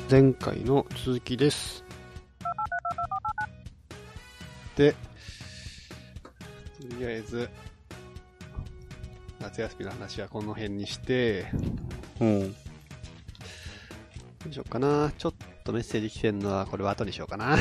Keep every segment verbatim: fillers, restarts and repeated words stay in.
前回の続きです。で、とりあえず夏休みの話はこの辺にして、 うん。 どうしようかな。ちょっとメッセージ来てんのはこれは後にしようかな。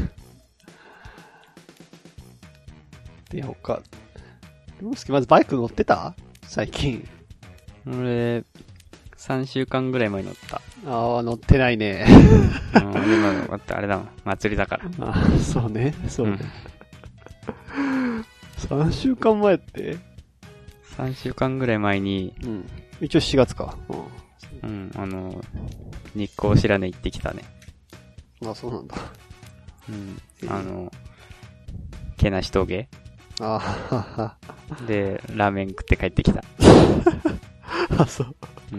で、他、りょうすけまずバイク乗ってた？最近。 俺、さんしゅうかんぐらい前に乗った。 ああ、乗ってないね。 うん、今の、あれだもん。祭りだから。 ああ、そうね。そうね。うん、さんしゅうかんまえって ? さんしゅうかんぐらい前に、 うん。一応しがつか。 うん。うん、あの、日光白根行ってきたね。 あ、そうなんだ。 うん。あの、けなし峠あはは。 で、ラーメン食って帰ってきた。 あ、そう。 うん。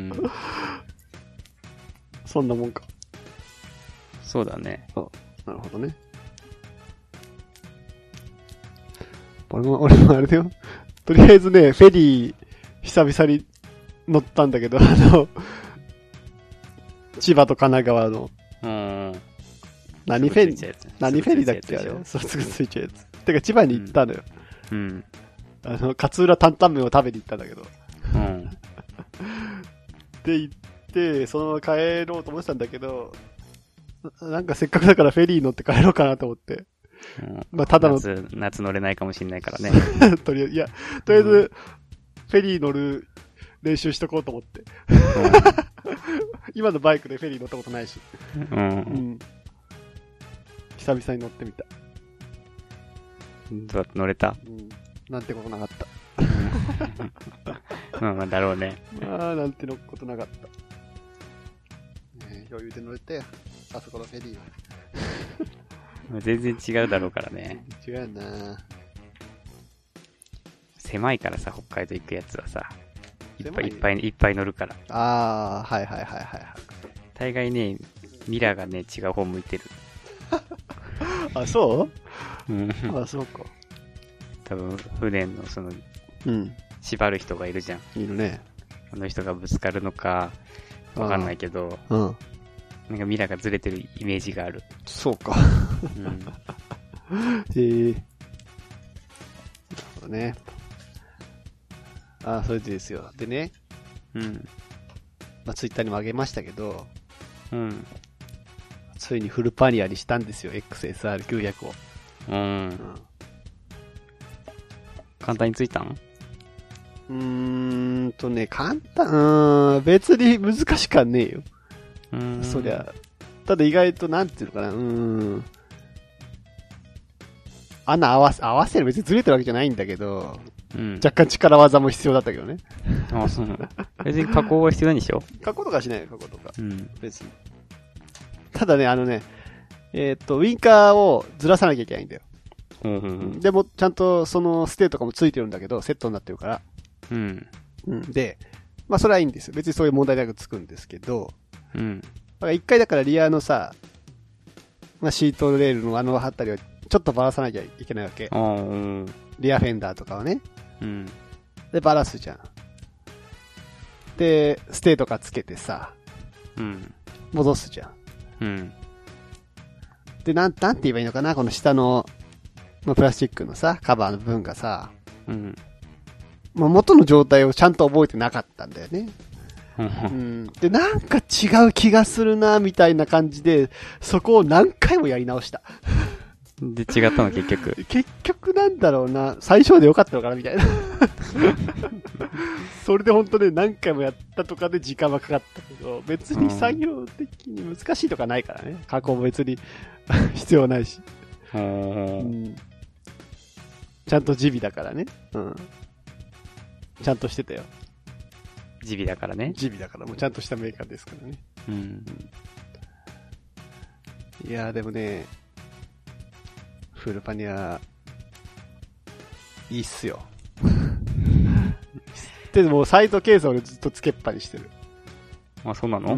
そんなもんか。 そうだね。 そう。なるほどね。俺も、俺もあれだよ。とりあえずね、フェリー、久々に乗ったんだけど、あの、千葉と神奈川の、 うん。 何フェリー、何フェリーだっけあれ。そう、すぐついちゃうやつ。てか、千葉に行ったのよ。 うん。うん、 あの、勝浦担々麺を食べに行ったんだけど。 うん。 で、行って、そのまま帰ろうと思ってたんだけど、なんかせっかくだからフェリー乗って帰ろうかなと思って。 うん、 まあ、ただの夏、夏乗れないかもしれないからね。 とりあえず、いや、とりあえず、うん、フェリー乗る練習しとこうと思って。うん、今のバイクでフェリー乗ったことないし。 うん。うん、 久々に乗ってみた。 どう乗れた？ うん。なんてことなかった。 まあまあだろうね。 ああ、なんてのことなかった。ね、余裕で乗れたよ。あそこのフェリーは。 全然違うだろうからね。 違うな。 狭いからさ、北海道行くやつはさ、いっぱいいっぱいいっぱい乗るから。 ああ、はいはいはいはいはい。 大概ね、ミラーがね、違う方向いてる。 あ、そう？うん。あ、そうか。 多分、船のその、 うん。 縛る人がいるじゃん。 いるね。 あの人がぶつかるのか、わかんないけど、 うん。 なんかミラーがずれてるイメージがある。 そうか。うん。えー。なるほどね。ああ、それでですよ。でね。 うん。 まあ、ツイッターにもあげましたけど、 うん。 ついにフルパニアにしたんですよ。エックスエスアールきゅうひゃく を。 うん。うん、簡単についたん？ うーんとね、簡単、うん、別に難しかねえよ。うん。そりゃ。ただ意外と、なんていうのかな、うーん。穴合わせ、合わせる別にずれてるわけじゃないんだけど、うん、若干力技も必要だったけどね。 ああ、そうなの。別に加工は必要ないんでしょ？ 加工とかしないよ、加工とか。 うん。 別に。ただね、あのね、えっと、ウィンカーをずらさなきゃいけないんだよ。 うんうんうん、 でも、ちゃんとそのステーとかもついてるんだけど、セットになってるから。 うん。 うん。で、まあ、それはいいんですよ。別にそういう問題なくつくんですけど、 うん。 だから一回だからリアのさ、まあ、シートレールのあのあたりをちょっとばらさなきゃいけないわけ。 ああ、うん。 リアフェンダーとかはね。 うん。 で、ばらすじゃん。で、ステーとかつけてさ、 うん。 戻すじゃん。 うん。 で、なん、なんて言えばいいのかな、この下の、まあ、プラスチックのさ、カバーの部分がさ、 うん。 まあ、元の状態をちゃんと覚えてなかったんだよね。うん、で、なんか違う気がするな、みたいな感じで、そこを何回もやり直した。 で、違ったの結局。結局なんだろうな、最初でよかったのかな、みたいな。それで本当ね、何回もやったとかで時間はかかったけど、別に作業的に難しいとかないからね。加工も別に必要ないし。うん、ちゃんとジビだからね。うん。ちゃんとしてたよ。 ジビだからね。 ジビだからもうちゃんとしたメーカーですからね。うん。いやーでもね、フルパニア、いいっすよ。でもサイドケースは俺ずっとつけっぱにしてる。 あ、そうなの？うん。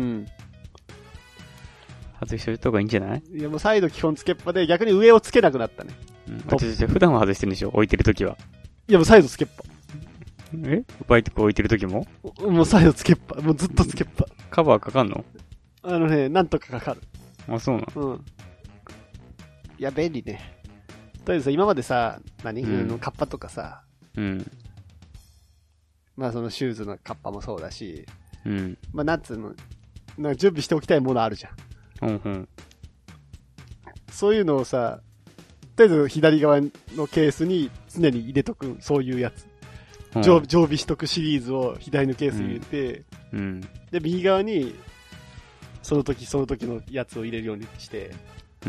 外してるとこいいんじゃない？ いやもうサイド基本つけっぱで逆に上をつけなくなったね。 うん。あ、違う違う、普段は外してるんでしょ？置いてるときは。 いやもうサイドつけっぱ。 え？バイク置いてるときも？ もうサイドつけっぱ。もうずっとつけっぱ。 カバーかかんの？ あのね、なんとかかかる。 あ、そうなの？ うん。いや、便利ね。とりあえずさ、今までさ、何、うん、カッパとかさ、 うん。 まあそのシューズのカッパもそうだし、 うん。 まあなんつうの、なんか準備しておきたいものあるじゃん。 うんうん。 そういうのをさ、とりあえず左側のケースに常に入れとく、そういうやつ。 うん、 常常備しとくシリーズを左のケースに入れて、 うん。うん、 で、右側に、その時その時のやつを入れるようにして、 うん。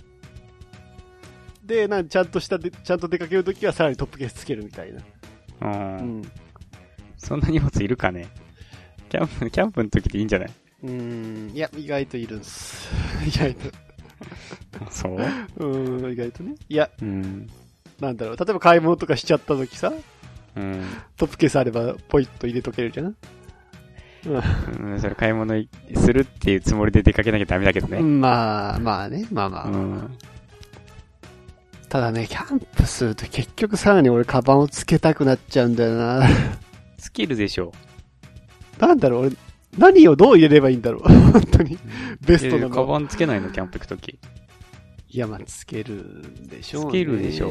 で、なんちゃんとしたで、ちゃんと出かけるときはさらにトップケースつけるみたいな。 ああ、 うん。そんな荷物いるかね？キャンプ、キャンプの時でいいんじゃない？ うーん、いや、意外といるんす。意外と。 そううん、意外とね。いや、 うん。 なんだろう、例えば買い物とかしちゃったときさ、 うん。 トップケースあれば、ポイッと入れとけるじゃん。 うん、それ買い物するっていうつもりで出かけなきゃダメだけどね。 まあ、まあね、まあまあ。 うん、 ただね、キャンプすると結局さらに俺カバンをつけたくなっちゃうんだよな。 スキルでしょ。 なんだろう、俺、何をどう入れればいいんだろう。本当に。ベストなの。 カバンつけないの？キャンプ行くとき。 いや、まあ、つけるんでしょうね。 つけるでしょ。うん、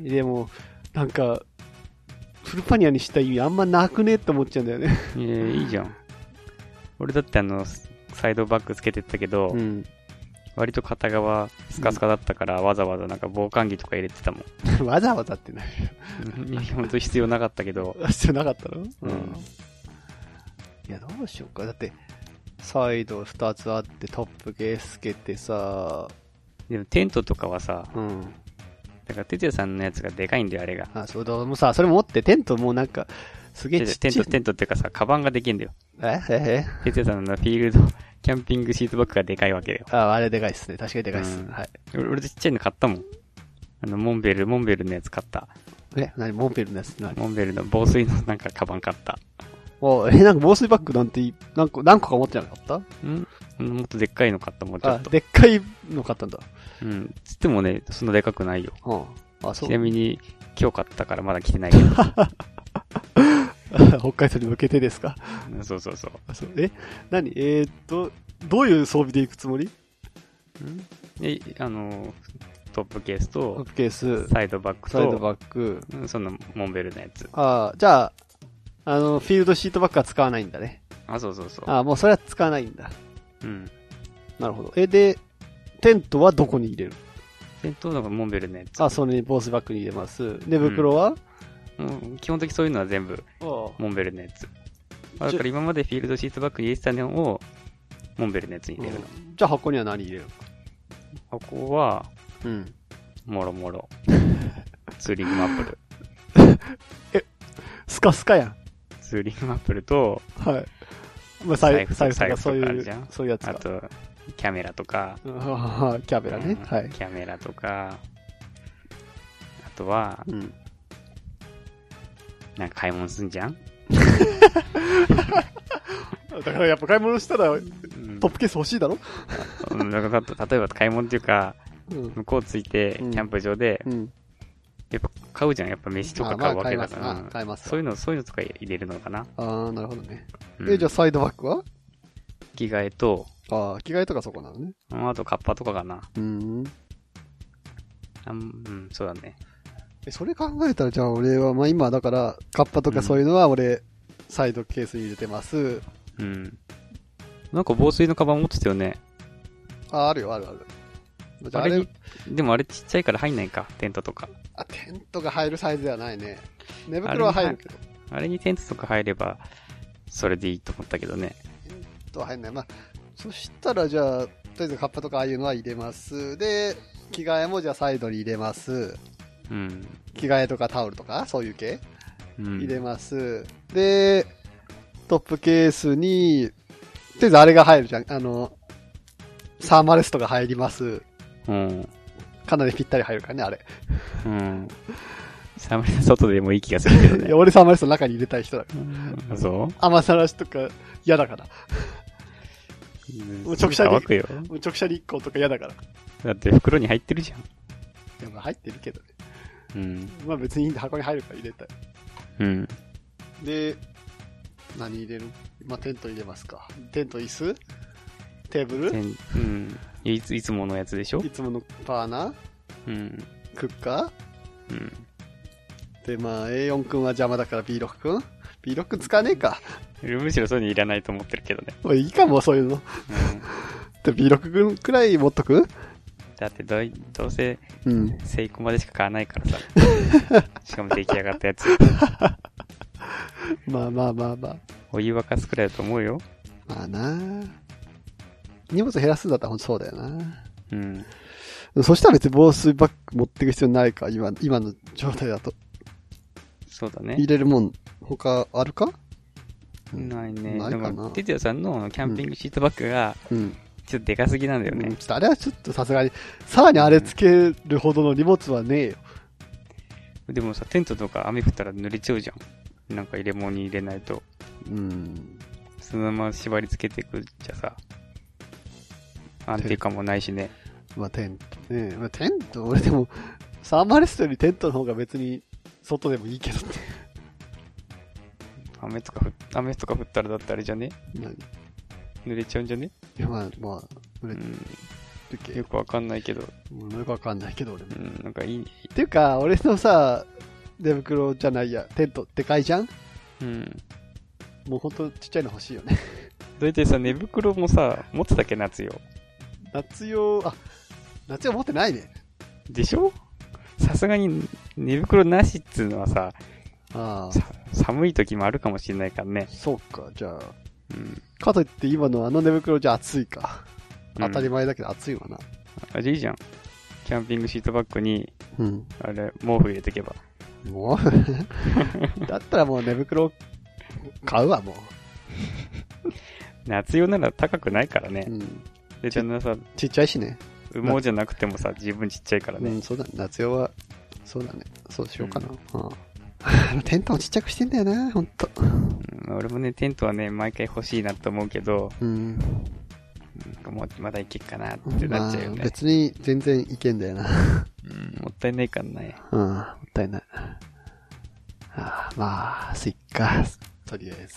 でも、なんか、フルパニアにした意味あんまなくねって思っちゃうんだよね。 いや、いいじゃん。俺だってあの、サイドバッグつけてったけど、うん、割と片側スカスカだったから、うん、わざわざなんか防寒着とか入れてたもん。 わざわざってない。 本当必要なかったけど。 必要なかったの？うん。 うん、 いや、どうしようか。だって、サイドふたつあってトップケースつけてさ、 でもテントとかはさ、 うん。 だから哲也さんのやつがでかいんだよ、あれが。 あ、そうだ。もうさ、それ持ってテントもうなんか、すげえちっちゃい。 テント、テントっていうかさ、カバンができんだよ。 えええ哲也さんのフィールド、キャンピングシートバッグがでかいわけよ。 あ、あれでかいっすね。確かにでかいっす。うん、はい。 俺ちっちゃいの買ったもん。あの、モンベル、モンベルのやつ買った。 え、何モンベルのやつって何？ モンベルの防水のなんかカバン買った。 おえ、なんか防水バッグなんて何個、何個か持ってなかった？ んもっとでっかいの買った、もうちょっと。 あ、でっかいの買ったんだ。 うん。つってもね、そんなでかくないよ。 うん。あ、そう。 ちなみに、今日買ったからまだ着てないけど。 北海道に向けてですか？ そうそうそう。 そうえ何えー、っと、どういう装備で行くつもり？んえ、あの、トップケースと、 トップケース、 サイドバッグと、 サイドバッグ、 うん、そのモンベルのやつ。 ああ、じゃあ、あの、フィールドシートバッグは使わないんだね。 あ、そうそうそう。 ああ、もうそれは使わないんだ。 うん。 なるほど。え、で、テントはどこに入れる？ テントはモンベルのやつ。 あ、それに防水バッグに入れます。で、袋は、 うん、うん、基本的そういうのは全部、モンベルのやつ。だから今までフィールドシートバッグに入れてたのを、モンベルのやつに入れるの。 うん、じゃあ箱には何入れるの？箱は、 うん。 もろもろ。ツーリングマップル。 え、スカスカやん。 ツーリングマップルと、 はい。まあ、財布、財布とかそういう、 そういうやつか。 あと、キャメラとか。 キャメラね、うん。はい。 キャメラとか、あとは、 うん、 なんか買い物すんじゃんだからやっぱ買い物したら、トップケース欲しいだろ、 うん、だから例えば買い物っていうか、うん、向こうついて、キャンプ場で、うんうん、やっぱ買うじゃん。やっぱ飯とか買うわけだから。 まあ、買います。 そういうの、そういうのとか入れるのかな。 ああ、なるほどね。うん、え、じゃあサイドバッグは着替えと、 ああ、着替えとかそこなのね。 あとカッパとかかな。 うん。 あうん、そうだね。 え、それ考えたら、じゃあ俺は、まあ今だから、カッパとかそういうのは俺、うん、サイドケースに入れてます。 うん。なんか防水のカバン持ってたよね。 あ、あるよ、あるある。 じゃああれに、でもあれちっちゃいから入んないか、テントとか。 あ、テントが入るサイズではないね。寝袋は入るけど。 あれに、あれにテントとか入れば、それでいいと思ったけどね。 テントは入んない。まあ、そしたらじゃあ、とりあえずカッパとかああいうのは入れます。で、着替えもじゃあサイドに入れます。 うん。 着替えとかタオルとか、そういう系、 うん、 入れます。で、トップケースに、とりあえずあれが入るじゃん。あの、サーマレストが入ります。 うん。 かなりぴったり入るからね、あれ。 うん。サーマレスト外でもいい気がするけどね。 いや、俺サーマレストの中に入れたい人だから。 うん、そう甘さらしとか嫌だから。もう直射日光、 直射日光とか嫌だから。 だって袋に入ってるじゃん。 でも入ってるけどね。 うん。 まあ別にいいんで箱に入るから入れたい。 うん。 で、何入れる？まあテント入れますか。テント椅子？ テーブルうん。いつ、いつものやつでしょ？ いつものパーナうん。 クッカーうん。 で、まあ、エーよん 君は邪魔だから ビーろく 君 ビーろく 使わねえか。 むしろそういうのいらないと思ってるけどね。 もういいかも、そういうの。うん、で、ビーろく 君くらい持っとく？ だってどい、どうせ、 うん。 セイコまでしか買わないからさ。しかも出来上がったやつ。 まあまあまあまあ。 お湯沸かすくらいだと思うよ。 まあな荷物減らすんだったらほんとそうだよな。 うん。 そしたら別に防水バッグ持っていく必要ないか、今、今の状態だと。 そうだね。 入れるもん、他あるか？ ないね。 ないかな。 テテオさんのキャンピングシートバッグが、うん。ちょっとでかすぎなんだよね。 うん、ちょっとあれはちょっとさすがに、さらにあれつけるほどの荷物はねえよ。 でもさ、テントとか雨降ったら濡れちゃうじゃん。なんか入れ物に入れないと。 うん。 そのまま縛り付けていくじゃさ、安定感もないしね。 まあテントね。まあテント、俺でも、サーマレストよりテントの方が別に外でもいいけどって。 雨とか降、雨とか降ったらだってあれじゃね？ 何？ 濡れちゃうんじゃね？ いやまあ、まあ、濡れてるけ、うん、よくわかんないけど。 もうよくわかんないけど俺も。 うん、なんかいい。 っていうか、俺のさ、寝袋じゃないや、テントでかいじゃん？ うん。 もうほんとちっちゃいの欲しいよね。 だいたいさ、寝袋もさ、持ってたっけ、夏用。 夏用、あ、夏用持ってないね。 でしょ？さすがに寝袋なしっつうのはさ、 あさ寒い時もあるかもしれないからね。 そうか、じゃあ。 うん。 かといって今のあの寝袋じゃ暑いか。当たり前だけど暑いわな。 うん、あ、じゃあいいじゃん。キャンピングシートバッグに、 うん。 あれ、毛布入れてけば。 もうだったらもう寝袋買うわ、もう。 夏用なら高くないからね。うん。で、ちゃんとさ、 ちっちゃいしね。 羽毛じゃなくてもさ、十分ちっちゃいからね。 うん、そうだね。夏用は、そうだね。そうしようかな。うん。あのテントもちっちゃくしてんだよな、ほんと。 うん、俺もね、テントはね、毎回欲しいなと思うけど、うん。もうまだいけっかなってなっちゃうよね。 まあ、別に全然いけんだよな。 うん、もったいないからね。 うん、もったいない。ああ、まあ、すいっか。とりあえず。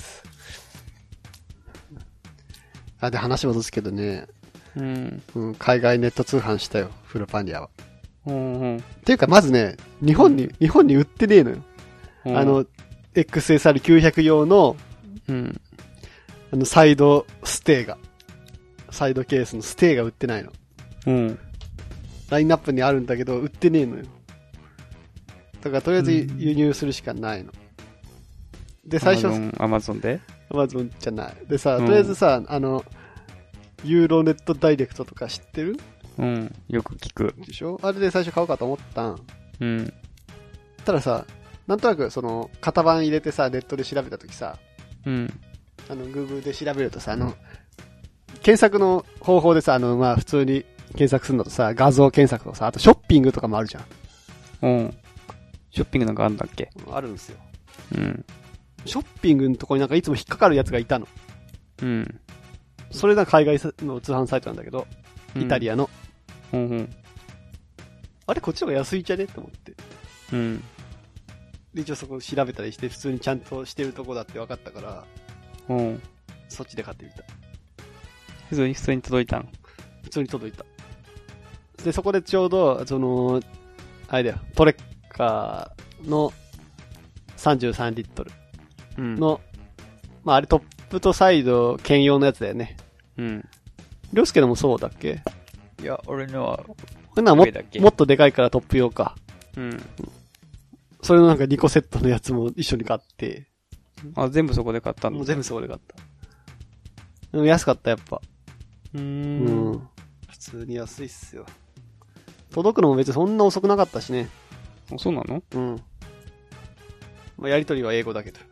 あ、で、話戻すけどね。うん。うん、海外ネット通販したよ、フルパンリアは。うんうん。っていうか、まずね、日本に、日本に売ってねえのよ。あの、エックスエスアールきゅうひゃく 用の、うん。あの、サイドステーが。サイドケースのステーが売ってないの。うん。ラインナップにあるんだけど、売ってねえのよ。だから、とりあえず輸入するしかないの。うん、で、最初。 アマゾンでアマゾンじゃない。でさ、とりあえずさ、うん、あの、ユーロネットダイレクトとか知ってる？ うん。よく聞く。 でしょ？あれで最初買おうかと思ったん。うん。たださ、なんとなくその、型番入れてさ、ネットで調べたときさ、うん。あの、Google で調べるとさ、あの、検索の方法でさ、あの、まあ、普通に検索するのとさ、画像検索とさ、あとショッピングとかもあるじゃん。うん。 ショッピングなんかあるんだっけ？ あるんですよ。うん。ショッピングのとこになんかいつも引っかかるやつがいたの。うん。それが海外の通販サイトなんだけど、うん、イタリアの。うんうん。あれこっちの方が安いじゃねって思って。うん。で、一応そこ調べたりして、普通にちゃんとしてるとこだって分かったから、うん。そっちで買ってみた。 普通に、普通に届いたん？ 普通に届いた。で、そこでちょうど、その、あれだよ、トレッカーのさんじゅうさんリットルの、うん、まああれトップとサイド兼用のやつだよね。うん。りょうすけのもそうだっけ？ いや、俺のは、 これのは も, もっとでかいからトップ用か。うん。それのなんかにこセットのやつも一緒に買って。 あ、全部そこで買ったの？ もう全部そこで買った。でも安かった、やっぱ。うーん。うん。普通に安いっすよ。届くのも別にそんな遅くなかったしね。 あ、そうなの？ うん。まあ、やりとりは英語だけど。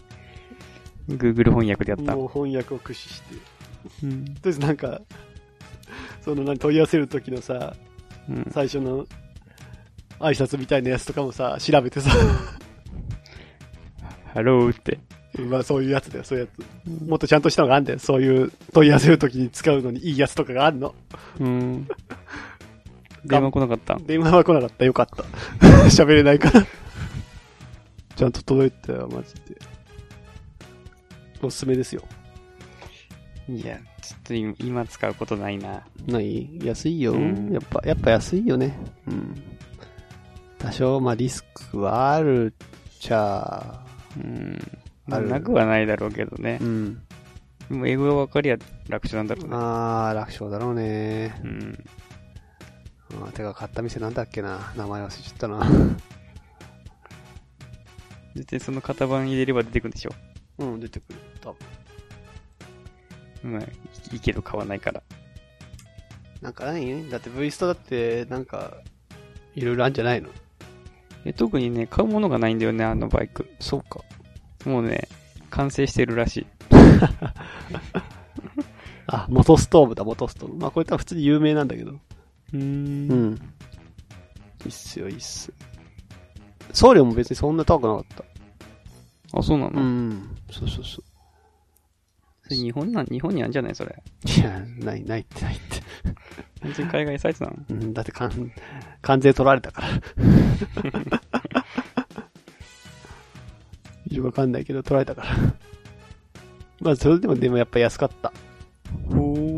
Google 翻訳でやった。 もう翻訳を駆使して。うん。とりあえずなんか、その何問い合わせる時のさ、うん、最初の挨拶みたいなやつとかもさ、調べてさ。 ハローって。 まあそういうやつだよ、そういうやつ。もっとちゃんとしたのがあるんだよ。そういう問い合わせる時に使うのにいいやつとかがあるの。うん。 電話来なかった？ 電話は来なかった。よかった。喋れないから。ちゃんと届いたよ、マジで。おすすめですよ。 いや、ちょっと今今使うことないな。 ない安いよ、うん。やっぱ、やっぱ安いよね。うん。多少、まあリスクはあるっちゃ、 うん。あるなくはないだろうけどね。うん。でも英語が分かりゃ楽勝なんだろうね。 あー、楽勝だろうね。 うん。 あ、てか買った店なんだっけな。名前忘れちゃったな。 絶対その型番入れれば出てくるんでしょ。 うん、出てくる。多分。 まあ、いいけど買わないから。 なんかないだって V ストだってなんかいろいろあるんじゃないの？ え、特にね、買うものがないんだよね、あのバイク。 そうか。 もうね、完成してるらしい。 あ、元ストーブだ、元ストーブ。まあこれ多分普通に有名なんだけど。うーん。 うん。いいっすよ、いいっす。送料も別にそんな高くなかった。 あ、そうなの？ うん。そうそうそう。 それ日本な、日本にあるんじゃないそれ。 いや、ない、ないってないって。 完全海外サイトなの？ うん、だってかん、関税取られたから。よくわかんないけど取られたから。まあそれでもでもやっぱ安かった。 おー。うん。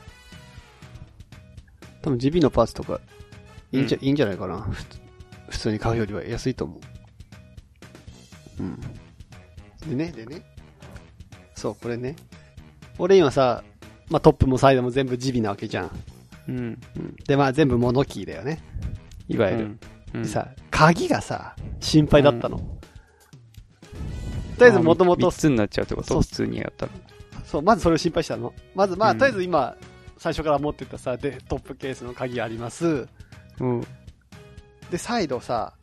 多分 ジービー のパーツとかいいんじゃ、うん、いいんじゃないかな。普通に買うよりは安いと思う。うん。でね、でね。そう、これね。俺今さ、まあトップもサイドも全部ジビなわけじゃん。 うん。うん、 で、まあ全部モノキーだよね。いわゆる。うん、でさ、鍵がさ、心配だったの。うん、とりあえずもともと。 みっつになっちゃうってこと？そう、普通にやったの。 そう、まずそれを心配したの。まずまあ、うん、とりあえず今、最初から持ってたさ、で、トップケースの鍵あります。 うん。 で、再度さ、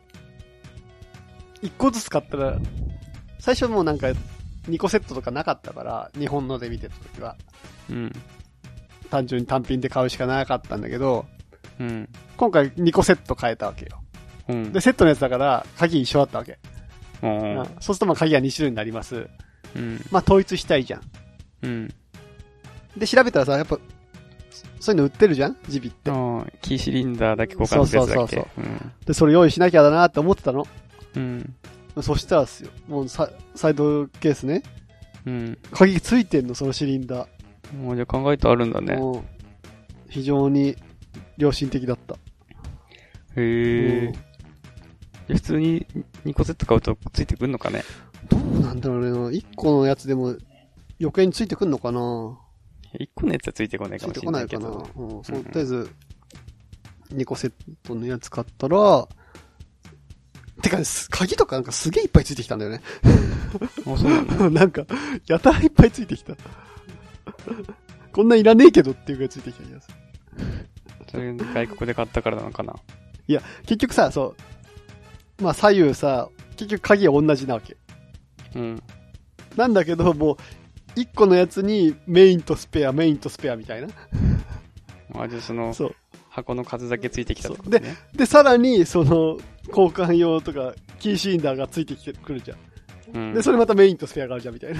いっこずつ買ったら、最初もうなんか、にこセットとかなかったから、日本ので見てた時は。 うん。 単純に単品で買うしかなかったんだけど、 うん。 今回にこセット買えたわけよ。うん。で、セットのやつだから、鍵一緒だったわけ。うん。そうするとまあ鍵はに種類になります。 うん。 まあ統一したいじゃん。 うん。 で、調べたらさ、やっぱ、そういうの売ってるじゃんジビって。 ああ、キーシリンダーだけ交換するやつだっけ。そうそうそうそう、 うん。で、それ用意しなきゃだなって思ってたの。 うん。 そしたらっすよ。もうサ、サイドケースね。 うん。 鍵ついてんの、そのシリンダー。 もうじゃあ考えてあるんだね。 非常に良心的だった。 へえ。普通ににこセット買うとついてくんのかね。 どうなんだろうね。いっこのやつでも余計についてくんのかな。 いっこのやつはついてこないかもしれないけど。 ついてこないかな。うん。そう、とりあえずにこセットのやつ買ったら、てか、鍵とかなんかすげえいっぱいついてきたんだよね。 あ、そうなんだ。 なんか、やたらいっぱいついてきた。こんないらねえけどっていうぐらいついてきた気がする。 それ外国で買ったからなのかな。 いや、結局さ、そう。まあ左右さ、結局鍵は同じなわけ。 うん。 なんだけど、もう、いっこのやつにメインとスペア、メインとスペアみたいな。 あ、じゃあその、そう箱の数だけついてきたってことね。で、で、さらに、その、交換用とか、キーシリンダーがついてきてくるじゃん。うん、で、それまたメインとスペアがあるじゃん、みたいな。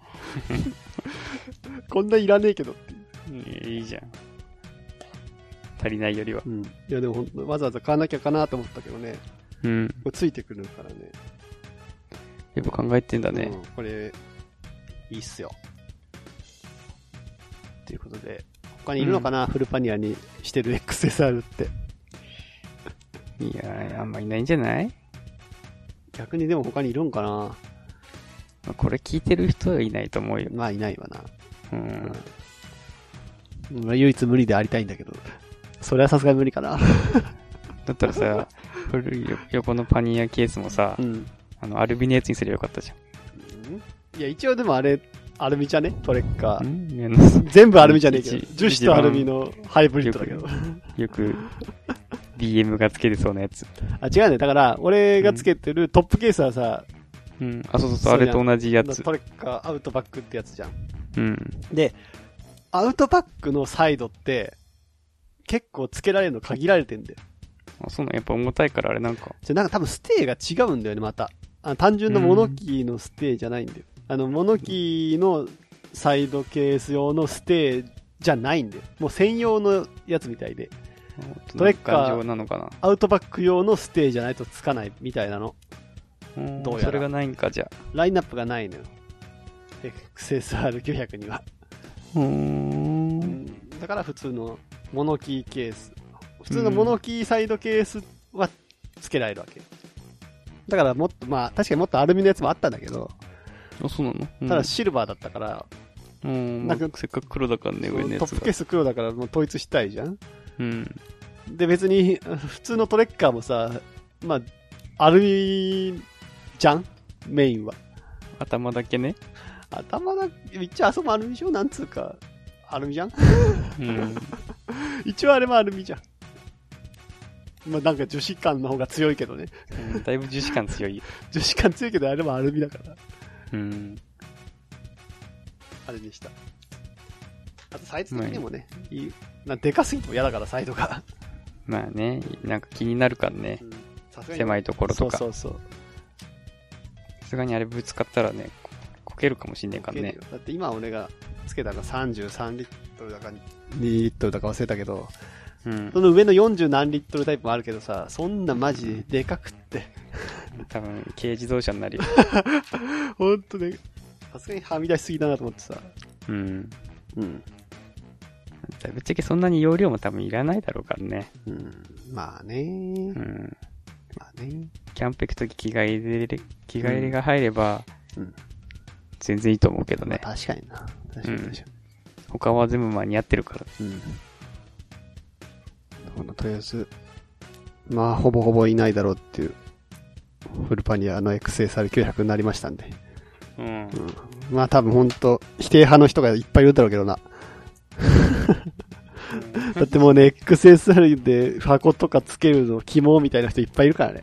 こんないらねえけどっていう。いいじゃん。足りないよりは。 うん。いや、でもほんと、わざわざ買わなきゃかなと思ったけどね。 うん。 これついてくるからね。 やっぱ考えてんだね。 うん、これ、いいっすよ。ということで、他にいるのかな、うん、フルパニアにしてる エックスエスアール って。 いやー、あんまいないんじゃない？ 逆にでも他にいるんかな。 これ聞いてる人はいないと思うよ。 まあいないわな。 うん。 うん、まあ、唯一無理でありたいんだけど、それはさすがに無理かな。 だったらさ、古い横のパニアケースもさ、うん、あのアルビのやつにすればよかったじゃん。 うん、いや一応でもあれアルミじゃねトレッカー。全部アルミじゃねえけど、樹脂とアルミのハイブリッドだけど。 よく ディーエム がつけてそうなやつ。 あ、違うね。だから、俺がつけてるトップケースはさ、 うん。あ、そうそうそう、あれと同じやつ。 トレッカーアウトバックってやつじゃん。 うん。 で、アウトバックのサイドって、結構つけられるの限られてんだよ。 あ、そうなん、やっぱ重たいからあれなんか。 じゃ、なんか多分ステーが違うんだよね、また。あ、単純なモノキーのステーじゃないんだよ。あの、モノキーのサイドケース用のステーじゃないんだよ。もう専用のやつみたいで。トレッカーなのかな、 アウトバック用のステーじゃないとつかないみたいなの。 どうやらそれがないんか、じゃあ。 ラインナップがないのよ。 エックスエスアールきゅうひゃく には。 うーん。 だから普通のモノキーケース。普通のモノキーサイドケースは付けられるわけ。だからもっと、まあ確かにもっとアルミのやつもあったんだけど、 あ、そうなの、うん、 ただシルバーだったから、 うん、なんかせっかく黒だからね、上のやつが。 トップケース黒だからもう統一したいじゃん。 うん。 で別に、普通のトレッカーもさ、まあ、アルミじゃんメインは。 頭だけね。 頭だけ、一応あそこもアルミでしょなんつうか、アルミじゃんうん。一応あれもアルミじゃん。まあなんか樹脂感の方が強いけどね。 うん、だいぶ樹脂感強いよ。 樹脂感強いけどあれもアルミだから。 うん。 あれにした。あとサイズ的にもね、いいなでかすぎても嫌だからサイドが。 まあね、なんか気になるからね。うん、狭いところとか。 そうそうそう。 さすがにあれぶつかったらね、こけるかもしんねえからね。 だって今俺がつけたのがさんじゅうさんリットルだかにリットルだか忘れたけど、うん、その上のよんじゅう何リットルタイプもあるけどさ、そんなマジでかくって。 多分軽自動車になるよ。 ほんとね、さすがにはみ出しすぎだなと思ってさ。 うん。うん。ぶっちゃけそんなに容量も多分いらないだろうからね。 うん。まあね。うん。まあね。 キャンプ行くとき着替え入れ、着替え入れが入れば、うん、全然いいと思うけどね。 まあ、確かにな。確かに確かに、うん。 他は全部間に合ってるから。うん。 とりあえず、まあ、ほぼほぼいないだろうっていう、フルパニアの エックスエスアールきゅうひゃく になりましたんで。うん。うん、まあ多分ほんと、否定派の人がいっぱいいるだろうけどな。だってもうね、エックスエスアール で箱とかつけるの肝みたいな人いっぱいいるからね。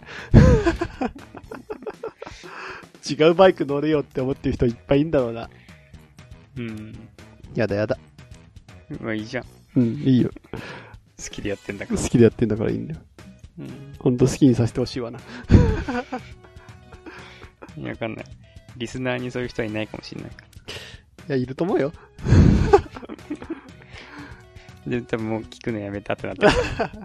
違うバイク乗れよって思ってる人いっぱいいるんだろうな。うん。やだやだ。 まあいいじゃん。 うん、いいよ。 好きでやってんだから。 好きでやってんだからいいんだよ。うん。ほんと好きにさせてほしいわな。 いや、わかんない。リスナーにそういう人はいないかもしれないから。 いや、いると思うよ。 で、多分もう聞くのやめたってなってる。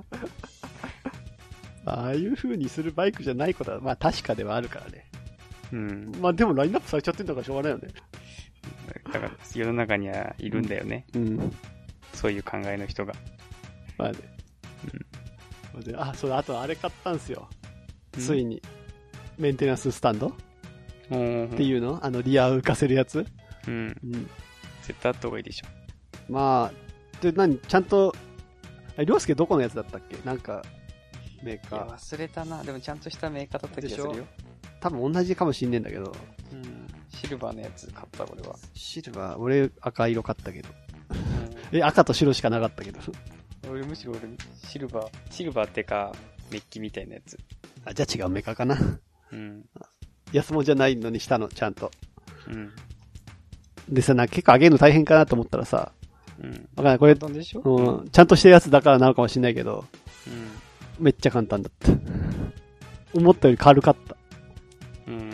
ああいう風にするバイクじゃないことは、まあ確かではあるからね。 うん。 まあでもラインナップされちゃってんだからしょうがないよね。 だから世の中にはいるんだよね。うん。うん、そういう考えの人が。 まあね。うん。で、あ、そうだ、あとあれ買ったんすよ。ついに。メンテナンススタンドっていうのあの、リア浮かせるやつうん。うん。 絶対あった方がいいでしょ。 まあ、で、何ちゃんと、あ、りょうすけどこのやつだったっけなんか、メーカー。 忘れたな。でもちゃんとしたメーカーだった気がするよ。 多分同じかもしんねえんだけど。 うん。シルバーのやつ買った、俺は。 シルバー、俺赤色買ったけど。うん、え、赤と白しかなかったけど。 俺むしろ俺、シルバー、シルバーってか、メッキみたいなやつ。 あ、じゃあ違うメーカーかな。うん。安物じゃないのにしたの、ちゃんと。うん。でさ、なんか結構上げるの大変かなと思ったらさ、うん。わかんない、これ、 でしょうん、ちゃんとしたやつだからなのかもしれないけど、うん。めっちゃ簡単だった。思ったより軽かった。 うん、うん。うん。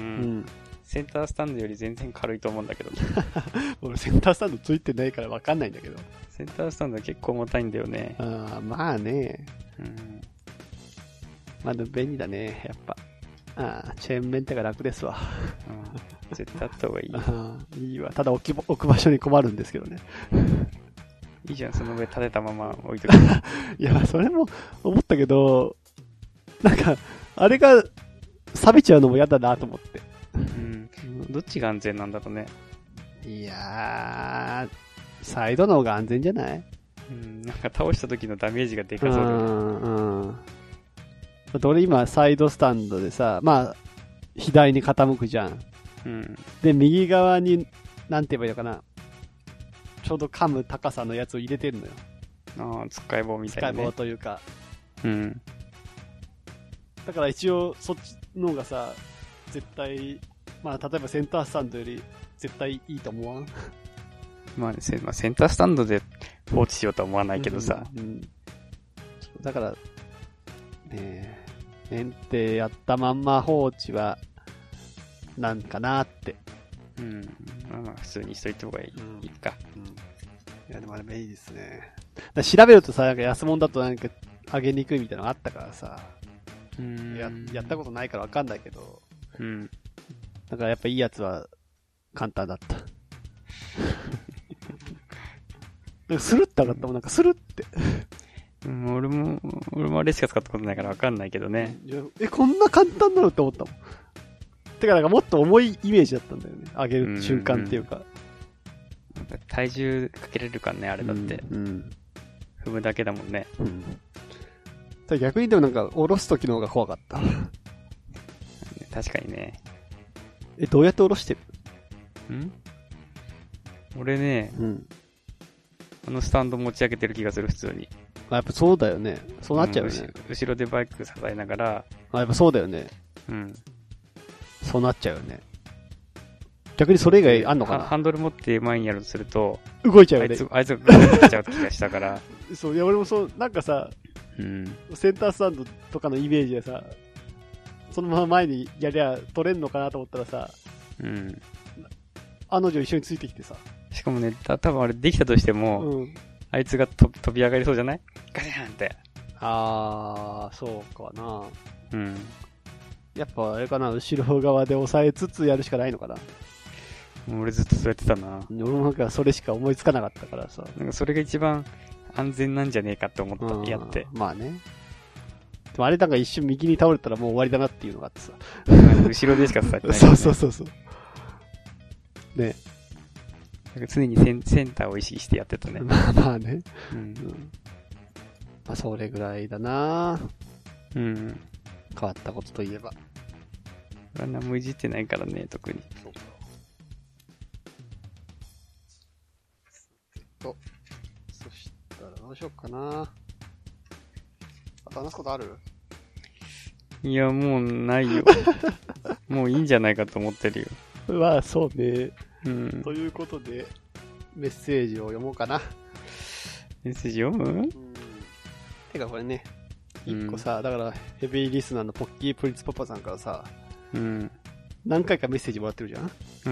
センタースタンドより全然軽いと思うんだけど。 俺センタースタンドついてないからわかんないんだけど。 センタースタンドは結構重たいんだよね。 ああ、まあね。うん。まあでも便利だね、やっぱ。ああ、チェーンメンテが楽ですわ。 うん、絶対あった方がいい。 ああ、いいわ。ただ置き、置く場所に困るんですけどね。 いいじゃん、その上立てたまま置いとく。 いや、それも思ったけど、なんか、あれが錆びちゃうのも嫌だなと思って。 うん。どっちが安全なんだろうね。 いやー、サイドの方が安全じゃない？ うん、なんか倒した時のダメージがでかそうだよね。うんうん。 俺今サイドスタンドでさ、まあ、左に傾くじゃん。うん。で、右側に、なんて言えばいいのかな。ちょうど噛む高さのやつを入れてるのよ。 ああ、使い棒みたいな、ね。 使い棒というか。 うん。 だから一応そっちの方がさ、絶対、まあ例えばセンタースタンドより絶対いいと思わん？ まあ、セまあ、センタースタンドで放置しようとは思わないけどさ。うん、うん、 だから、ねえ、メンテやったまんま放置は、なんかなって。 うん。まあまあ普通にしといた方がいい、うん、いいか。うん。いやでもあれもいいですね。だ調べるとさ、なんか安物だとなんか上げにくいみたいなのがあったからさ。うん。や、やったことないからわかんないけど。うん。だからやっぱいいやつは簡単だった。 なんかスルって上がったもん、なんかスルって。 うん、俺も、俺もあれしか使ったことないから分かんないけどね。 いやえ、こんな簡単なのって思ったもん。てか、なんかもっと重いイメージだったんだよね。上げる瞬間っていうか。 うんうん、体重かけれるからね、あれだって。うん。うん、踏むだけだもんね。うん。 逆にでもなんか、下ろす時の方が怖かった。 確かにね。 え、どうやって下ろしてる？ ん？俺ね、うん。あのスタンド持ち上げてる気がする、普通に。 あ、やっぱそうだよね。そうなっちゃうよね。うん、 後ろでバイク支えながら。 あ、やっぱそうだよね。うん。そうなっちゃうよね。逆にそれ以外あんのかな？ ハンドル持って前にやるとすると、 動いちゃうよね。 あいつ、あいつが動いちゃう気がしたから。 そう、いや俺もそう、なんかさ、うん、センタースタンドとかのイメージでさ、そのまま前にやりゃ取れんのかなと思ったらさ、うん。あの女一緒についてきてさ。 しかもね、た多分あれできたとしても、うん、あいつがと飛び上がりそうじゃない？ガシャンって。 あー、そうかな。うん。やっぱあれかな、後ろ側で押さえつつやるしかないのかな。 俺ずっとそうやってたな。 俺もなんかそれしか思いつかなかったからさ。 なんかそれが一番安全なんじゃねえかって思った、やって。 まあね。でもあれなんか一瞬右に倒れたらもう終わりだなっていうのがあってさ。 後ろでしか伝えてない、 ね。そうそうそうそう。ね。 なんか常にセン、センターを意識してやってたね。 まあまあね。うん。うん、まあそれぐらいだな。うん。変わったことといえば。 俺は何もいじってないからね、特に。そうか。 と、そしたらどうしようかな。あと話すことある？ いや、もうないよ。もういいんじゃないかと思ってるよ。 まあ、そうね。うん。ということで、メッセージを読もうかな。 メッセージ読む？うん。 てかこれね、一個さ、うん、だからヘビーリスナーのポッキープリンスパパさんからさ、うん、何回かメッセージもらってるじゃん。うん。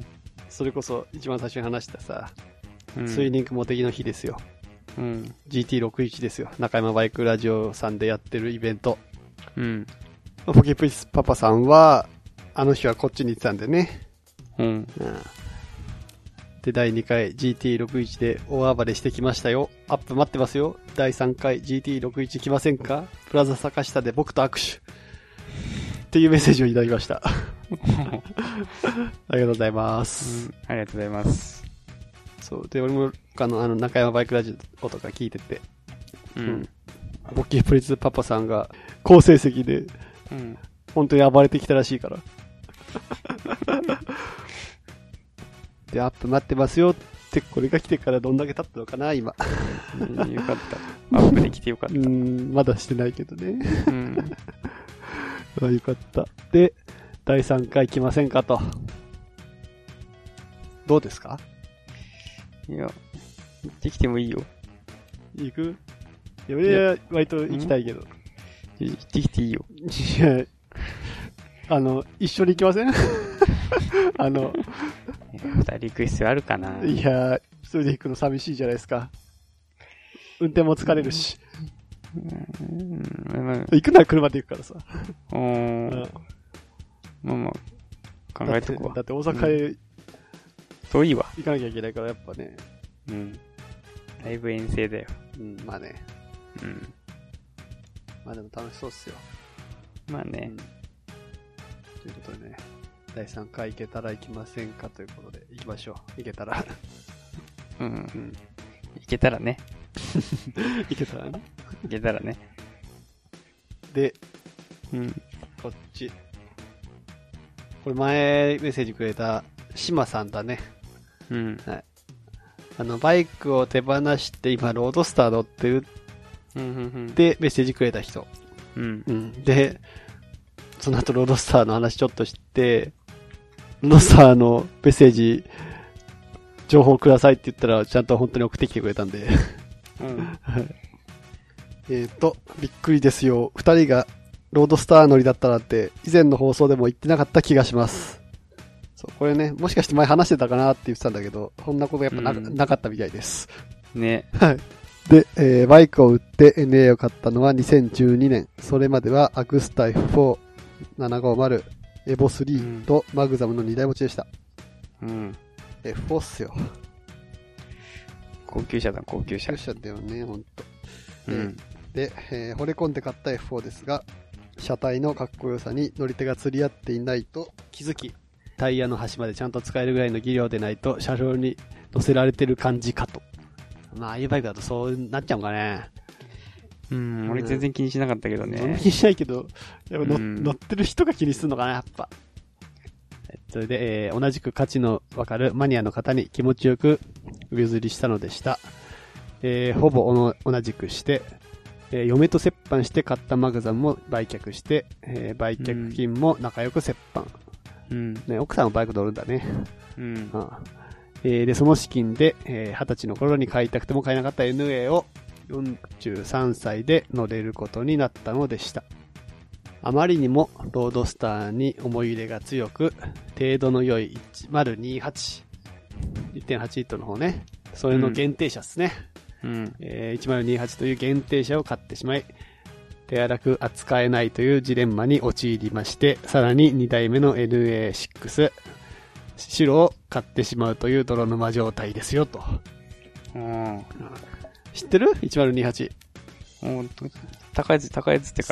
それこそ一番最初に話したさ、うん、ツイニングモテギの日ですよ。うん。ジーティーろくじゅういち ですよ。中山バイクラジオさんでやってるイベント。うん。ポッキープリンスパパさんはあの日はこっちに行ってたんでね。うん。うん、で、だいにかい ジーティーろくじゅういち で大暴れしてきましたよ。アップ待ってますよ。だいさんかい ジーティーろくじゅういち 来ませんか？プラザ坂下で僕と握手。っていうメッセージをいただきました。ありがとうございます、 うん。ありがとうございます。 そう。で、俺も、あの、あの中山バイクラジオとか聞いてて、うん。うん、ボッキープリンスパパさんが好成績で、うん、本当に暴れてきたらしいから。で、アップ待ってますよって、これが来てからどんだけ経ったのかな、今。 うん、よかった。アップできてよかった。うん、まだしてないけどね。うん。あ、よかった。で、だいさんかい来ませんかと。どうですか？ いや、行ってきてもいいよ。 行く？いや、俺は割と行きたいけど。 行ってきていいよ。 いや、あの、一緒に行きません？あの、 二人行く必要あるかな？ いや、一人で行くの寂しいじゃないですか。運転も疲れるし。うんまあ、行くなら車で行くからさ。うん。 まあまあ、考えとくわ。 だって大阪へ、うん、 遠いわ。 行かなきゃいけないからやっぱね。 うん。だいぶ遠征だよ。 うん、まあね。うん。まあでも楽しそうっすよ。 まあね。うん、 ということでね、だいさんかい行けたら行きませんかということで、行きましょう。行けたら。 うん。うん。行けたらね。 行けたらね。 行けたらね。 で、うん。こっち。これ前メッセージくれた島さんだね。うん。はい。あの、バイクを手放して今ロードスター乗ってるでメッセージくれた人。うん。うん。で、その後ロードスターの話ちょっと知って、ロードスターのメッセージ、情報くださいって言ったらちゃんと本当に送ってきてくれたんで。うん。えっと、びっくりですよ。二人がロードスター乗りだったなんて、以前の放送でも言ってなかった気がします。そう、これね、もしかして前話してたかなって言ってたんだけど、そんなことやっぱ な,、うん、なかったみたいです。 ね。 はい。で、えー、バイクを売って エヌエー を買ったのはにせんじゅうにねん。それまではアクスタ エフフォー、ななひゃくごじゅう、エボスリーとマグザムのにだい持ちでした。うん。 エフフォー っすよ。 高級車だ、高級車。 高級車だよね、ほんと。 うん。 で、えー、惚れ込んで買った エフフォー ですが、車体のかっこよさに乗り手が釣り合っていないと気づき、タイヤの端までちゃんと使えるぐらいの技量でないと車両に乗せられてる感じかと。まあ、ああいうバイクだとそうなっちゃうんかね。 うん、俺全然気にしなかったけどね。 気にしないけど、やっぱ乗、うん、乗ってる人が気にするのかな、やっぱ。それで、えー、同じく価値のわかるマニアの方に気持ちよくお譲りしたのでした。えー、ほぼおの同じくして、えー、嫁と折半して買ったマグザンも売却して、えー、売却金も仲良く折半。うん。ね、奥さんのバイク乗るんだね。うん。ああえー、で、その資金で、えー、はたちの頃に買いたくても買えなかった エヌエー をよんじゅうさんさいで乗れることになったのでした。あまりにもロードスターに思い入れが強く、程度の良いいちまるにはち、いってんはち リットルの方ね。それの限定車ですね。うんえー、いちまるにはちという限定車を買ってしまい、手荒く扱えないというジレンマに陥りまして、さらににだいめの エヌエーシックス、白を買ってしまうという泥沼状態ですよと。うん、知ってる ?いちまるにはち。 高いやつ、高いやつってから。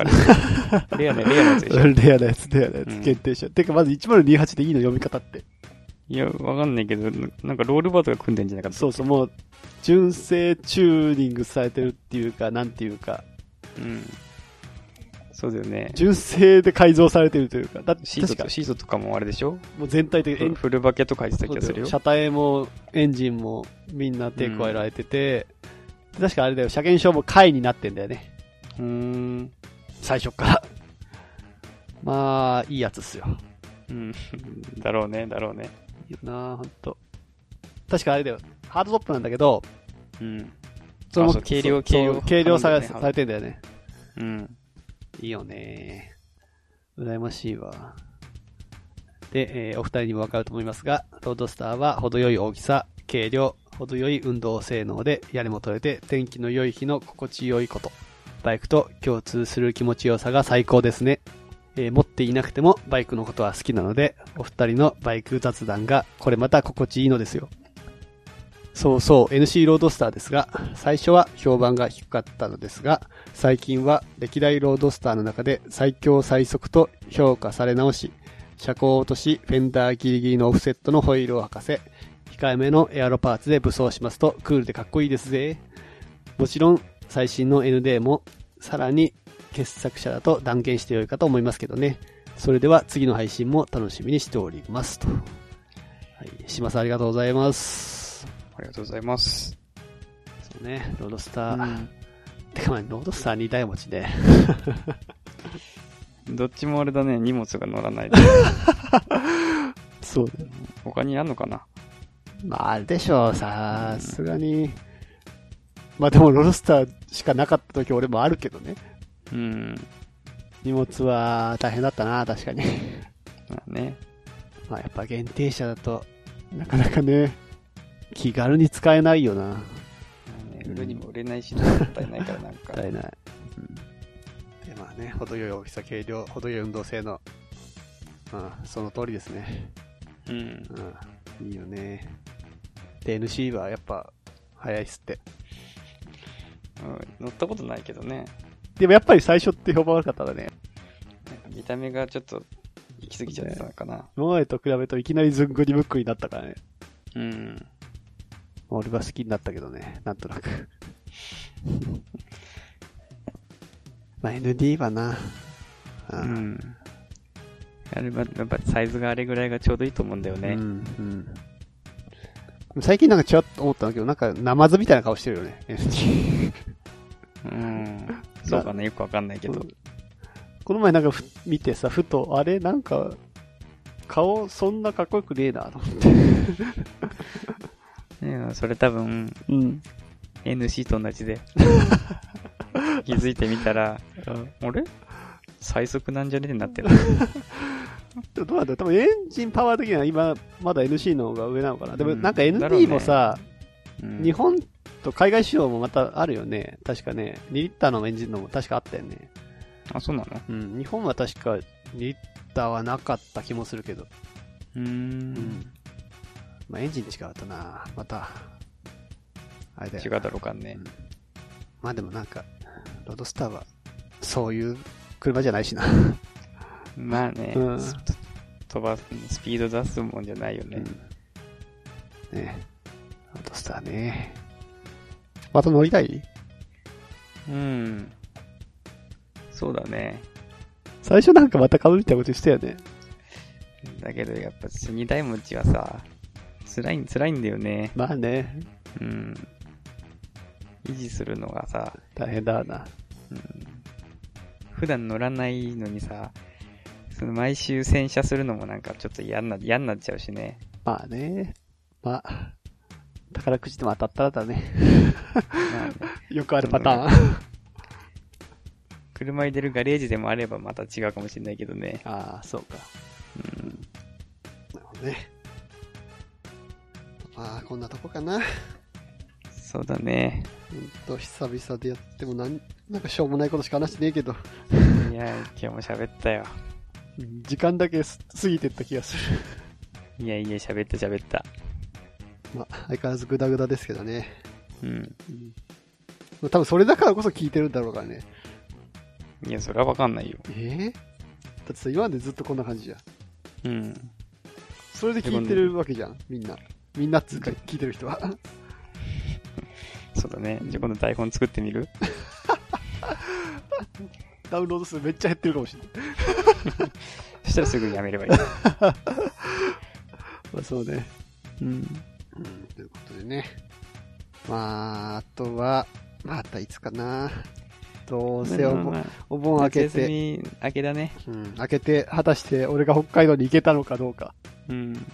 レアな、レアなやつでしょ。 レアなやつ、レアなやつ、うん、限定車。てかまずいちまるにはちでいいの読み方って。 いや、わかんないけど、なんかロールバーとか組んでんじゃなかったっけ。 そうそう、もう、純正チューニングされてるっていうか、なんていうか。 うん。そうだよね。 純正で改造されてるというか。だってシートと、シートとかもあれでしょ。 もう全体的に。 フルバケと書いてた気がするよ。 車体もエンジンもみんな手加えられてて、うん、確かあれだよ、車検証も貝になってんだよね。うーん。最初から。まあ、いいやつっすよ。 うん。だろうね、だろうね。 いいよなぁ、ほんと。確かあれだよ、ハードトップなんだけど、うん。 その軽量、軽量。 軽量さがされてんだよね。うん。いいよねー。羨ましいわ。で、えー、お二人にもわかると思いますが、ロードスターは程よい大きさ、軽量、程よい運動性能で屋根も取れて天気の良い日の心地よいこと。バイクと共通する気持ちよさが最高ですね。えー、持っていなくてもバイクのことは好きなので、お二人のバイク雑談がこれまた心地いいのですよ。そうそう エヌシー ロードスターですが、最初は評判が低かったのですが、最近は歴代ロードスターの中で最強最速と評価され直し、車高を落とし、フェンダーギリギリのオフセットのホイールを履かせ、控えめのエアロパーツで武装しますとクールでかっこいいですぜ。もちろん最新の エヌディー もさらに傑作者だと断言してよいかと思いますけどね。それでは次の配信も楽しみにしておりますと。はい、島さんありがとうございます。 ありがとうございます。 そうね、ロードスター。うん、てかまあ、ロードスターにだい持ちで。 どっちもあれだね、荷物が乗らないで。 そうだよ。 他にあんのかな。 まあ、あれでしょう、さすがに。うん、まあでも、ロードスターしかなかった時俺もあるけどね。うん。荷物は大変だったな、確かに。 まあね。 まあやっぱ限定車だと、なかなかね、気軽に使えないよな。まあね、売るにも売れないし、もったいないからなんか。 もったいない。うん。で、まあね、程よい大きさ、軽量、程よい運動性能。うん、その通りですね。うん。うん。いいよね。で、エヌシー はやっぱ、早いっすって。 うん、乗ったことないけどね。 でもやっぱり最初って評判悪かったんだね。 なんか見た目がちょっと行き過ぎちゃったのかな。 今までと比べるといきなりずんぐりむっくりになったからね。うん。俺は好きになったけどね、なんとなく。まあ エヌディー はな。 うん。あれはやっぱサイズがあれぐらいがちょうどいいと思うんだよね。うん。 うん、最近なんかちょっと思ったんだけど、なんかナマズみたいな顔してるよね、エヌディー。 うん。そうかね、よくわかんないけど。うん、 この前なんかふ見てさ、ふと、あれなんか、顔そんなかっこよくねえなと思って。 ね、それ多分、うん、エヌシー と同じで気づいてみたら、あれ最速なんじゃねってなってる。 でもどうなんだろう、多分エンジンパワー的には今まだ エヌシー の方が上なのかな。でもなんか エヌディー もさ、うんねうん、日本と海外仕様もまたあるよね。確かね、にリッターのエンジンのも確かあったよね。 あ、そうなの？ うん、日本は確かにリッターはなかった気もするけど。うーん。うんまあ、エンジン違うとな、また、あれだよ。 違うだろうかね、うん。 まあでもなんか、ロードスターは、そういう車じゃないしな。 まあね、うん、飛ばす、スピード出すもんじゃないよね。 うん、ねロードスターね。また乗りたい？ うん。そうだね。 最初なんかまた買うみたいなことしたよね。 だけどやっぱにだい持ちはさ、辛い、辛いんだよね。 まあね。 うん。維持するのがさ、 大変だな。 うん。普段乗らないのにさ、その毎週洗車するのもなんかちょっと嫌にな、嫌になっちゃうしね。 まあね。まあ、宝くじでも当たったらだね。まあねよくあるパターン。 車入れるガレージでもあればまた違うかもしれないけどね。 ああ、そうか。 うん。 なるほどね。まあ、こんなとこかな。 そうだね。 ほんと、久々でやってもなん、なんかしょうもないことしか話してねえけど。 いや、今日も喋ったよ。 時間だけ過ぎてった気がする。いやいや、喋った喋った。 まあ、相変わらずグダグダですけどね。 うん。 うん、多分それだからこそ聞いてるんだろうからね。 いや、それはわかんないよ。 えー、だってさ、今までずっとこんな感じじゃん。うん。 それで聞いてるわけじゃん、みんな。みんなっつうか聞いてる人は。 そうだね。じゃあ今度台本作ってみる？ ダウンロード数めっちゃ減ってるかもしれない。 そしたらすぐやめればいい。 まあそうね。 うん。うん。 ということでね。まあ、あとは、またいつかな。どうせお盆、まあまあ、お盆明けて。 夏休み明けだね。 うん。明けて、果たして俺が北海道に行けたのかどうか。 うん。行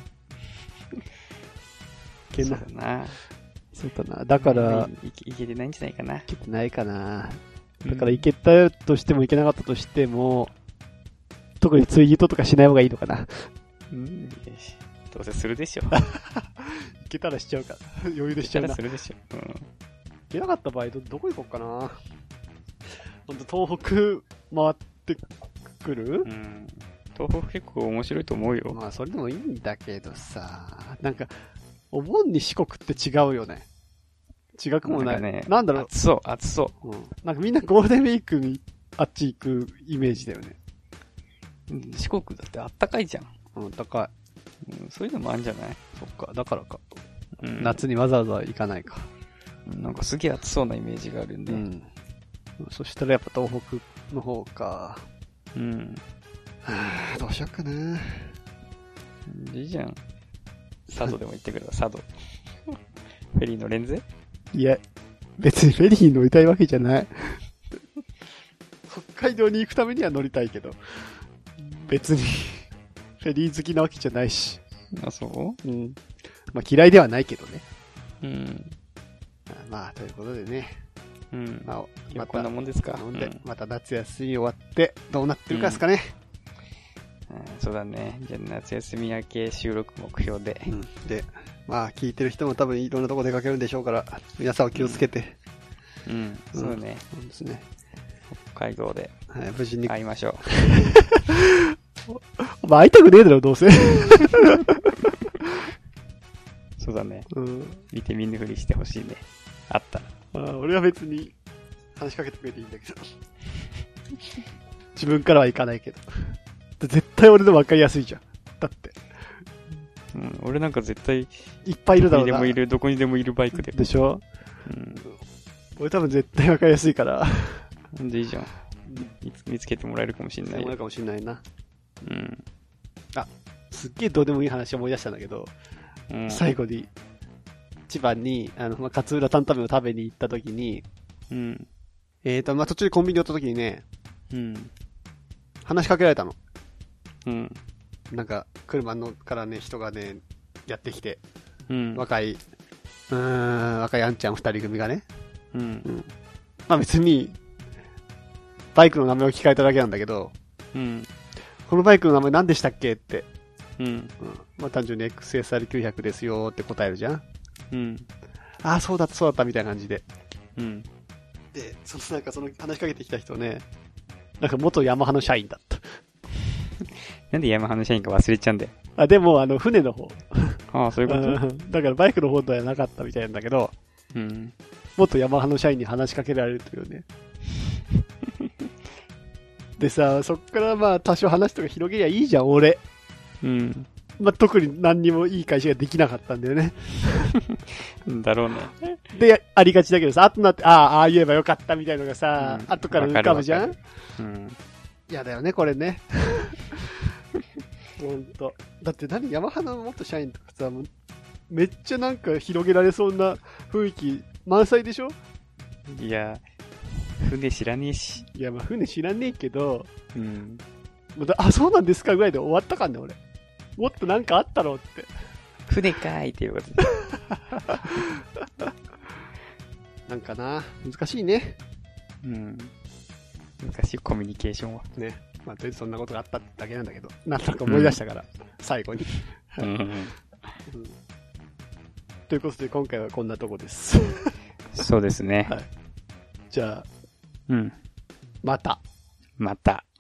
けな。 そうだな。 そうだな。だから、 行けてないんじゃないかな。 行けてないかな。だから行けたとしても行けなかったとしても、特にツイートとかしない方がいいのかな。 うん。どうせするでしょ。行けたらしちゃうから。余裕でしちゃうな。 行けたらするでしょ。うん。行けなかった場合ど、どこ行こうかな。ほんと東北回ってくる？ うん。東北結構面白いと思うよ。 まあそれでもいいんだけどさ、なんか、お盆に四国って違うよね。違くもない。 なんかね、 なんだろう。 暑そう、暑そう。 うん。なんかみんなゴールデンウィークにあっち行くイメージだよね。 四国だってあったかいじゃん。 うん、高い。うん、そういうのもあるんじゃない？ そっか、だからか。 うん、 夏にわざわざ行かないか。 なんかすげえ暑そうなイメージがあるんで。うん。 そしたらやっぱ東北の方か。 うん。 はぁ、どうしよっかな。 いいじゃん。佐渡でも行ってくれた、佐渡。フェリー乗れんぜ？ いや、別にフェリー乗りたいわけじゃない。北海道に行くためには乗りたいけど、別にフェリー好きなわけじゃないし。 あ、そう？ うん。まあ嫌いではないけどね。 うん。 まあ、ということでね。 うん。 まあ、 またこんなもんですか。 飲んで、うん、また夏休み終わってどうなってるかですかね。 うんうん、そうだね。じゃあ夏休み明け収録目標で。 うん、で、まあ聞いてる人も多分いろんなとこ出かけるんでしょうから、皆さんお気をつけて。 うん、うん、そうね。 そうですね。 北海道で。 はい、無事に。 会いましょう。まあ会いたくねえだろ、どうせ。 そうだね。 うん。 見て見ぬふりしてほしいね。あったら。あ、俺は別に話しかけてくれていいんだけど。自分からは行かないけど。絶対俺の分かりやすいじゃん。だって。 うん、俺なんか絶対、 いっぱいいるだろうな。 どこにでもいる、どこにでもいるバイクで。 でしょ？ うん。 俺多分絶対分かりやすいから。 なんでいいじゃん。見つ、見つけてもらえるかもしんないよ。 もらえるかもしんないな。 うん。 あ、すっげえどうでもいい話思い出したんだけど、うん、最後に、千葉に、あの、まあ、勝浦担々麺を食べに行った時に、 うん。 えーと、まあ、途中でコンビニ寄った時にね、 うん。 話しかけられたの。 うん。 なんか、車のからね、人がね、やってきて、 うん。 若い、うーん、若いあんちゃん二人組がね。 うん。うん。 まあ別に、バイクの名前を聞かれただけなんだけど、 うん。 このバイクの名前何でしたっけって。 うん。うん。 まあ単純に エックスエスアールきゅうひゃく ですよって答えるじゃん。 うん。 ああ、そうだった、そうだったみたいな感じで。 うん。 で、そのなんかその話しかけてきた人ね、なんか元ヤマハの社員だった。 なんでヤマハの社員か忘れちゃうんだよ。 あ、でもあの、船の方。 ああ、そういうことだからバイクの方ではなかったみたいなんだけど、 うん。 もっとヤマハの社員に話しかけられるというね。でさ、そっからまあ多少話とか広げりゃいいじゃん、俺。 うん。 まあ特に何にもいい会社ができなかったんだよね。 だろうね。 で、ありがちだけどさ、後になって、ああ、ああ言えばよかったみたいのがさ、うん、後から浮かぶじゃん。うん。嫌だよね、これね。ほんと。だって何、ヤマハの元社員とかさ、めっちゃなんか広げられそうな雰囲気満載でしょ。 いや、船知らねえし。 いや、まあ船知らねえけど、 うん。 あ、そうなんですかぐらいで終わったかんね、俺。もっとなんかあったろうって。 船かーいっていうことで。 なんかな、難しいね。 うん。難しいコミュニケーションは。 ね。まあ、とりあえずそんなことがあっただけなんだけど、なんとなく思い出したから、うん、最後に。うんうんうん、ということで、今回はこんなとこです。 そうですね。はい。 じゃあ、 うん。 また。 また。